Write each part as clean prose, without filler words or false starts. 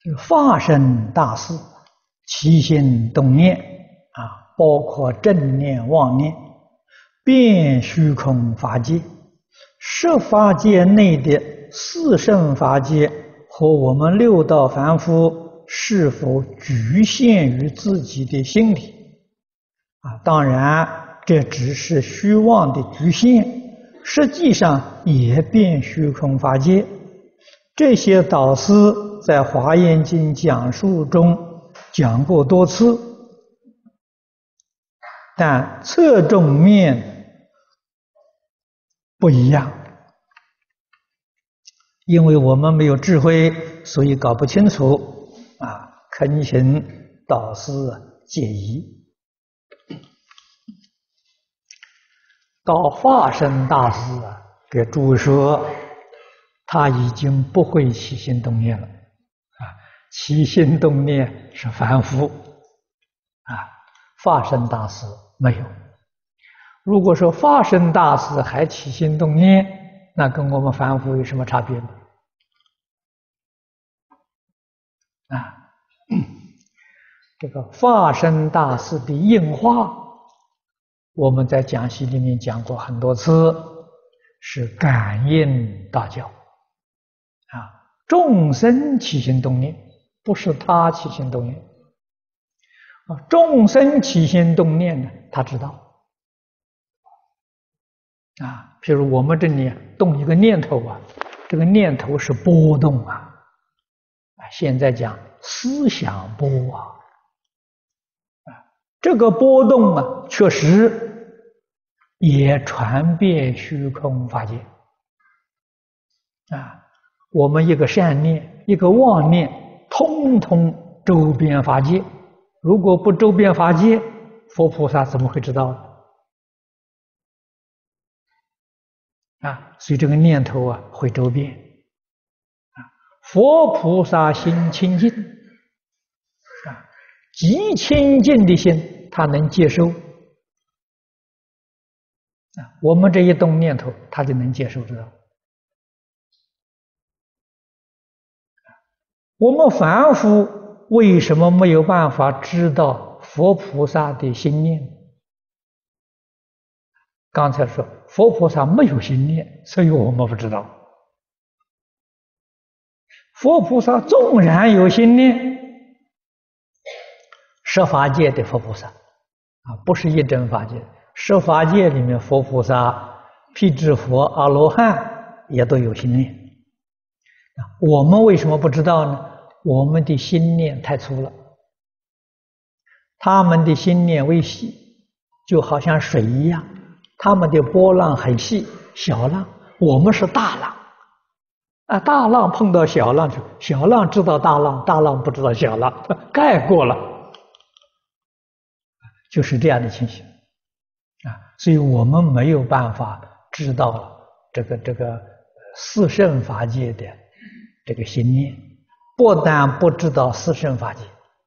这个法身大事，起心动念包括正念、妄念，遍虚空法界，十法界内的四圣法界和我们六道凡夫是否局限于自己的心里？当然，这只是虚妄的局限，实际上也遍虚空法界。这些导师在《华严经》讲述中讲过多次，但侧重面不一样。因为我们没有智慧，所以搞不清楚恳请导师解疑。到法身大师给诸位说，他已经不会起心动念了起心动念是凡夫法身大师没有。如果说法身大师还起心动念，那跟我们凡夫有什么差别呢？这个法身大师的应化，我们在讲习里面讲过很多次，是感应大教众生起心动念，不是他起心动念众生起心动念呢，他知道譬如我们这里动一个念头这个念头是波动现在讲思想波这个波动确实也传遍虚空法界我们一个善念一个妄念通通周遍法界，如果不周遍法界，佛菩萨怎么会知道所以这个念头会周遍佛菩萨心清净极清净的心他能接受我们这一动念头他就能接受知道我们凡夫为什么没有办法知道佛菩萨的心念？刚才说佛菩萨没有心念，所以我们不知道。佛菩萨纵然有心念，十法界的佛菩萨不是一真法界，十法界里面佛菩萨、辟支佛、阿罗汉也都有心念。我们为什么不知道呢？我们的心念太粗了，他们的心念微细，就好像水一样，他们的波浪很细，小浪，我们是大浪大浪碰到小浪去，小浪知道大浪，大浪不知道小浪，盖过了，就是这样的情形所以我们没有办法知道这个四圣法界的这个心念，不但不知道四圣法界，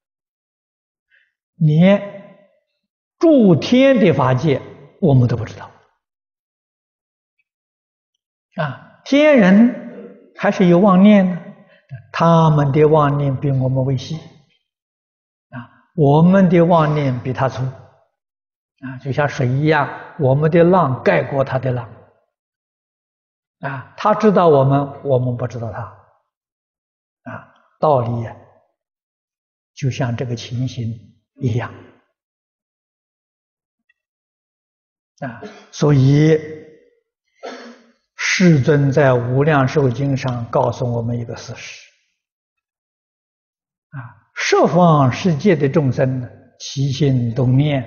连诸天的法界我们都不知道天人还是有妄念呢，他们的妄念比我们微细我们的妄念比他粗就像水一样，我们的浪盖过他的浪他知道我们，我们不知道他道理就像这个情形一样所以世尊在《无量寿经》上告诉我们一个事实十方世界的众生起心动念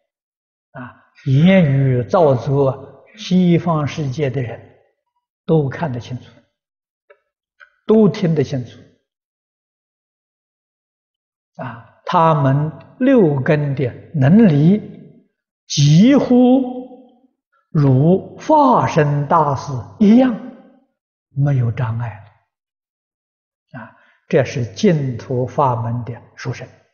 言语造作，西方世界的人都看得清楚，都听得清楚他们六根的能力几乎如法身大士一样，没有障碍这是净土法门的殊胜。